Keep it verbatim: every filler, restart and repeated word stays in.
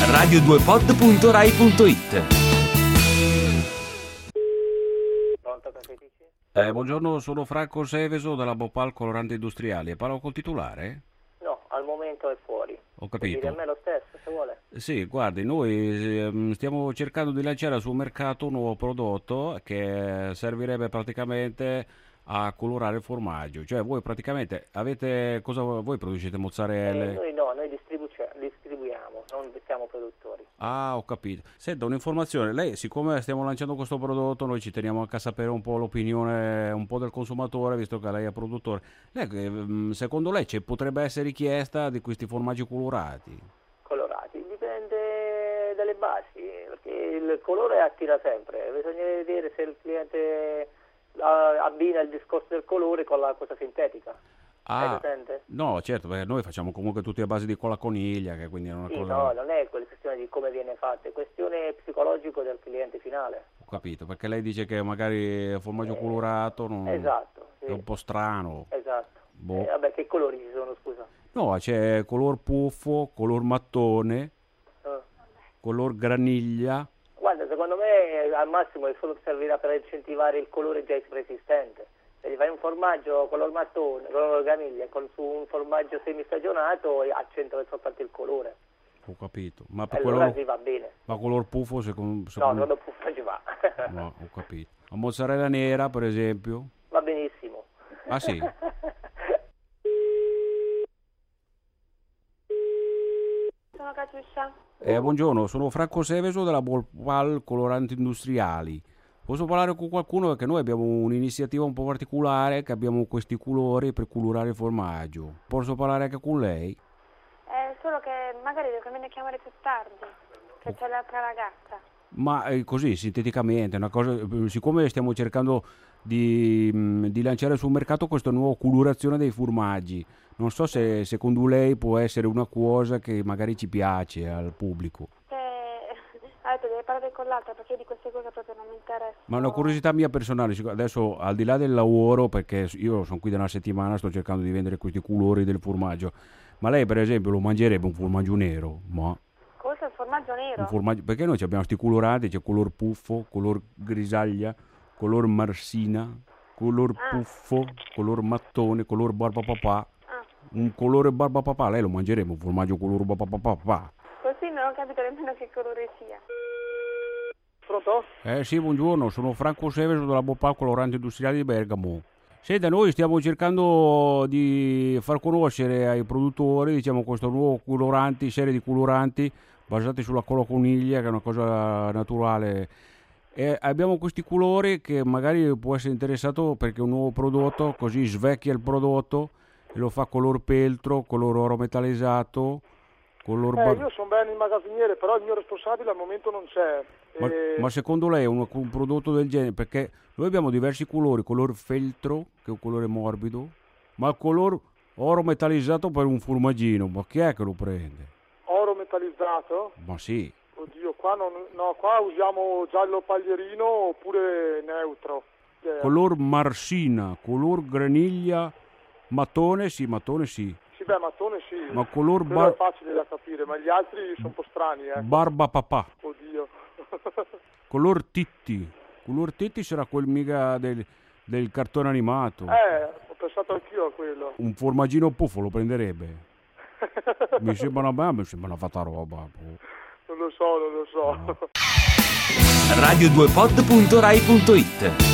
radio due pod punto rai punto it. Eh, buongiorno, sono Franco Seveso della Bopal Colorante Industriali. Parlo col titolare? No, al momento è fuori. Ho capito. Puoi dire a me lo stesso, se vuole. Sì, guardi, noi ehm, stiamo cercando di lanciare sul mercato un nuovo prodotto che servirebbe praticamente a colorare il formaggio. Cioè, voi praticamente avete cosa voi producete mozzarella? Eh, noi no, noi distribuce- distribuiamo, non siamo produttori. Ah, ho capito. Senta, un'informazione. Lei, siccome stiamo lanciando questo prodotto, noi ci teniamo anche a sapere un po' l'opinione un po' del consumatore, visto che lei è produttore. Lei, ehm, secondo lei ci potrebbe essere richiesta di questi formaggi colorati? Colorati, dipende dalle basi, perché il colore attira sempre. Bisogna vedere se il cliente ah, abbina il discorso del colore con la cosa sintetica. Ah, Hai presente? no, certo, perché noi facciamo comunque tutti a base di colla coniglia, che quindi è una Sì, cosa... no, non è questione di come viene fatto, è questione psicologico del cliente finale. Ho capito, perché lei dice che magari il formaggio Eh, colorato non... Esatto, sì. è un po' strano. Esatto. Boh. Eh, vabbè, che colori ci sono, scusa? No, c'è color puffo, color mattone, Eh. color graniglia. Guarda, secondo me al massimo il solo servirà per incentivare il colore già preesistente. Se gli fai un formaggio color mattone, color graniglia, con su un formaggio semistagionato accentua soltanto il colore. Ho capito. Ma per Allora quello... sì, va bene. Ma color puffo secondo... No, secondo... non può ci va. No, ho capito. La mozzarella nera, per esempio? Va benissimo. Ah sì? Sono Catiuscia. Eh, buongiorno, sono Franco Seveso della Bopal Coloranti Industriali. Posso parlare con qualcuno perché noi abbiamo un'iniziativa un po' particolare, che abbiamo questi colori per colorare il formaggio. Posso parlare anche con lei? Eh, solo che magari devo venire a chiamare più tardi, che c'è l'altra ragazza. Ma eh, così, sinteticamente, una cosa, siccome stiamo cercando di, mh, di lanciare sul mercato questa nuova colorazione dei formaggi, non so se secondo lei può essere una cosa che magari ci piace al pubblico. Ha detto deve parlare con l'altra perché io di queste cose proprio non mi interessa. Ma una curiosità mia personale, adesso al di là del lavoro, perché io sono qui da una settimana, sto cercando di vendere questi colori del formaggio, ma lei per esempio lo mangerebbe un formaggio nero? Ma Cosa? Il formaggio nero? un formaggio, perché noi abbiamo questi colorati, c'è color puffo, color grisaglia, color marsina, color Ah. puffo, color mattone, color barba papà. Ah. Un colore barba papà, lei lo mangerebbe un formaggio color barba papà? Così non ho capito nemmeno che colore sia. Pronto? Eh sì, buongiorno, sono Franco Seveso della Bopal Colorante Industriali di Bergamo. Senta, noi stiamo cercando di far conoscere ai produttori, diciamo, questo nuovo coloranti, serie di coloranti basati sulla colla coniglia, che è una cosa naturale. E abbiamo questi colori che magari può essere interessato perché è un nuovo prodotto, così svecchia il prodotto e lo fa color peltro, color oro metallizzato, color... Eh, bar- io sono bene il magazziniere, però il mio responsabile al momento non c'è. Ma, E- ma secondo lei è un, un prodotto del genere? Perché noi abbiamo diversi colori, color feltro, che è un colore morbido, ma il color oro metallizzato per un formaggino, ma chi è che lo prende? Oro metallizzato? Ma sì, Oddio, qua, non, no, qua usiamo giallo paglierino oppure neutro. Eh, color marsina, color graniglia, mattone, sì, mattone sì, Sì, beh, mattone sì. ma color Quello bar- è facile da capire, ma gli altri sono un po' strani, eh. barba papà, Oddio. color titti, color titti sarà quel mica del, del cartone animato, eh, ho pensato anch'io a quello. un formaggino puffo lo prenderebbe? Mi sembra una, mi sembra una fatta roba. boh. Non lo so, non lo so. radio due pod punto rai punto it